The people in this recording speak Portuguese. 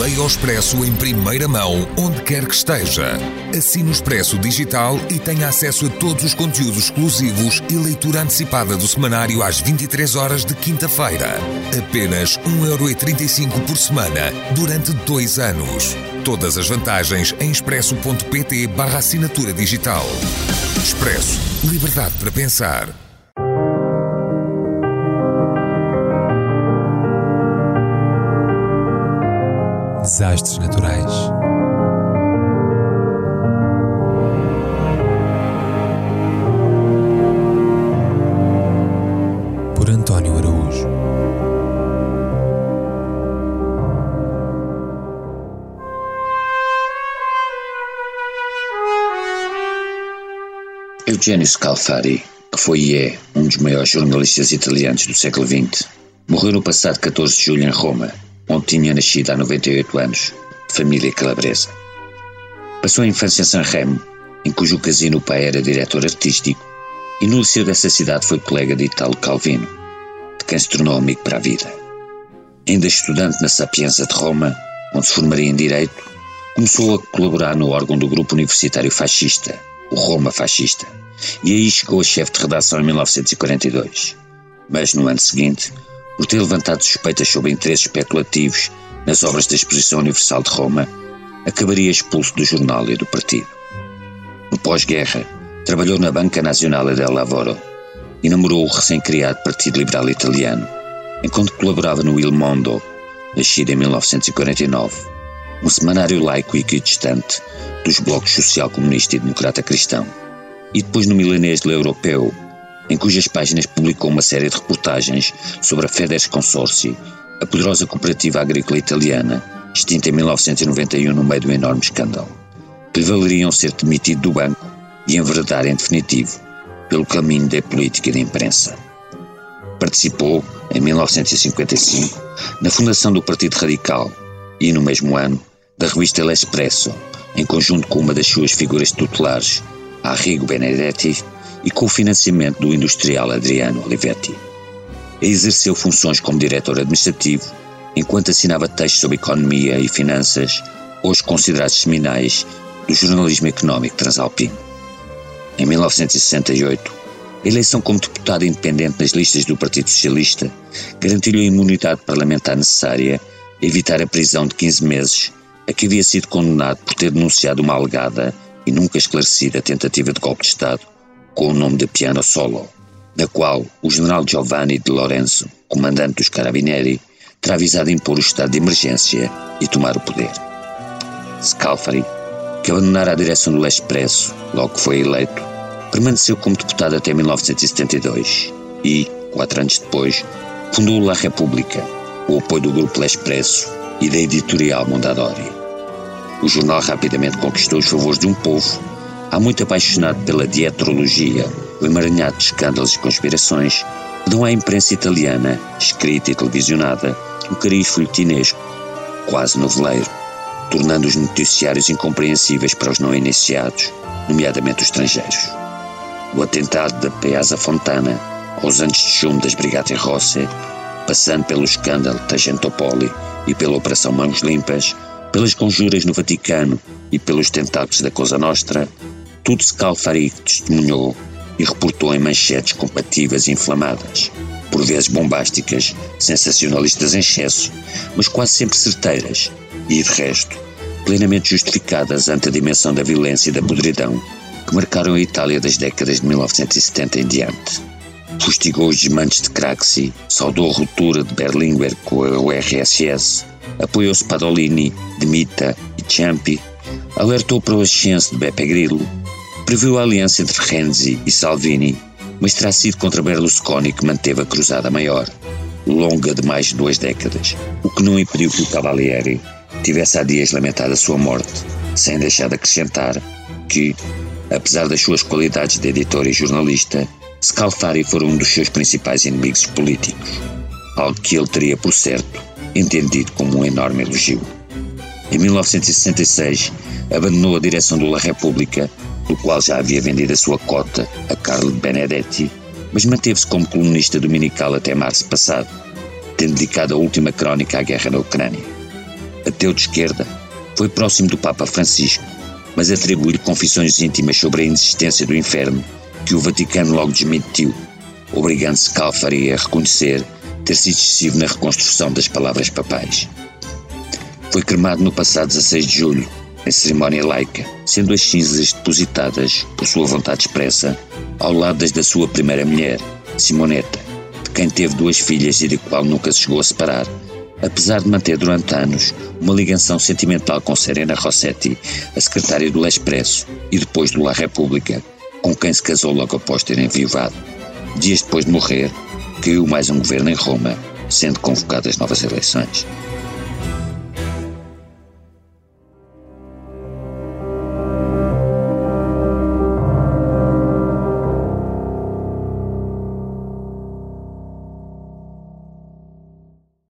Leia o Expresso em primeira mão, onde quer que esteja. Assine o Expresso Digital e tenha acesso a todos os conteúdos exclusivos e leitura antecipada do semanário às 23 horas de quinta-feira. Apenas 1,35€ por semana, durante 2 anos. Todas as vantagens em expresso.pt/assinatura digital. Expresso. Liberdade para pensar. Desastres naturais. Por António Araújo. Eugenio Scalfari, que foi e é um dos maiores jornalistas italianos do século XX, morreu no passado 14 de julho em Roma, onde tinha nascido há 98 anos, de família calabresa. Passou a infância em Sanremo, em cujo casino o pai era diretor artístico, e no liceu dessa cidade foi colega de Italo Calvino, de quem se tornou amigo para a vida. Ainda estudante na Sapienza de Roma, onde se formaria em Direito, começou a colaborar no órgão do grupo universitário fascista, o Roma Fascista, e aí chegou a chefe de redação em 1942. Mas no ano seguinte, por ter levantado suspeitas sobre interesses especulativos nas obras da Exposição Universal de Roma, acabaria expulso do jornal e do partido. No pós-guerra, trabalhou na Banca Nazionale del Lavoro e namorou o recém-criado Partido Liberal Italiano, enquanto colaborava no Il Mondo, nascido em 1949, um semanário laico e equidistante dos blocos Social Comunista e Democrata Cristão, e depois no Milanês Europeu, em cujas páginas publicou uma série de reportagens sobre a Feders Consorci, a poderosa cooperativa agrícola italiana, extinta em 1991 no meio de um enorme escândalo, que lhe valeriam ser demitido do banco e enveredar em definitivo pelo caminho da política e da imprensa. Participou, em 1955, na fundação do Partido Radical e, no mesmo ano, da revista L'Espresso, em conjunto com uma das suas figuras tutelares, Arrigo Benedetti, e com o financiamento do industrial Adriano Olivetti. Exerceu funções como diretor administrativo, enquanto assinava textos sobre economia e finanças, hoje considerados seminais do jornalismo económico transalpino. Em 1968, a eleição como deputado independente nas listas do Partido Socialista garantiu-lhe a imunidade parlamentar necessária a evitar a prisão de 15 meses a que havia sido condenado por ter denunciado uma alegada e nunca esclarecida tentativa de golpe de Estado com o nome de Piano Solo, da qual o general Giovanni de Lorenzo, comandante dos Carabinieri, terá avisado impor o estado de emergência e tomar o poder. Scalfari, que abandonara a direção do L'Espresso logo que foi eleito, permaneceu como deputado até 1972 e, 4 anos depois, fundou La Repubblica, o apoio do grupo L'Espresso e da editorial Mondadori. O jornal rapidamente conquistou os favores de um povo há muito apaixonado pela dietrologia, o emaranhado de escândalos e conspirações que dão à imprensa italiana, escrita e televisionada, um cariz folhetinesco, quase noveleiro, tornando os noticiários incompreensíveis para os não iniciados, nomeadamente os estrangeiros. O atentado da Piazza Fontana, aos anos de chumbo das Brigate Rosse, passando pelo escândalo da Tangentopoli e pela Operação Mãos Limpas, pelas conjuras no Vaticano e pelos tentáculos da Cosa Nostra, tudo Scalfari testemunhou e reportou em manchetes compatíveis e inflamadas, por vezes bombásticas, sensacionalistas em excesso, mas quase sempre certeiras e, de resto, plenamente justificadas ante a dimensão da violência e da podridão que marcaram a Itália das décadas de 1970 em diante. Fustigou os desmantes de Craxi, saudou a ruptura de Berlinguer com o RSS, apoiou Spadolini, De Mita e Ciampi, alertou para o ascenso de Beppe Grillo, previu a aliança entre Renzi e Salvini, mas terá sido contra Berlusconi que manteve a cruzada maior, longa de mais de 2 décadas, o que não impediu que o Cavalieri tivesse há dias lamentado a sua morte, sem deixar de acrescentar que, apesar das suas qualidades de editor e jornalista, Scalfari foi um dos seus principais inimigos políticos, algo que ele teria, por certo, entendido como um enorme elogio. Em 1966, abandonou a direção do La Repubblica, do qual já havia vendido a sua cota a Carlo Benedetti, mas manteve-se como colunista dominical até março passado, tendo dedicado a última crónica à guerra na Ucrânia. ateu de esquerda, foi próximo do Papa Francisco, mas atribui-lhe confissões íntimas sobre a inexistência do inferno que o Vaticano logo desmentiu, obrigando Scalfari a reconhecer ter sido excessivo na reconstrução das palavras papais. Foi cremado no passado 16 de julho, em cerimónia laica, sendo as cinzas depositadas, por sua vontade expressa, ao lado das da sua primeira mulher, Simonetta, de quem teve 2 filhas e de qual nunca se chegou a separar, apesar de manter durante anos uma ligação sentimental com Serena Rossetti, a secretária do L'Espresso e depois do La Repubblica, com quem se casou logo após ter enviuvado. Dias depois de morrer, caiu mais um governo em Roma, sendo convocadas novas eleições.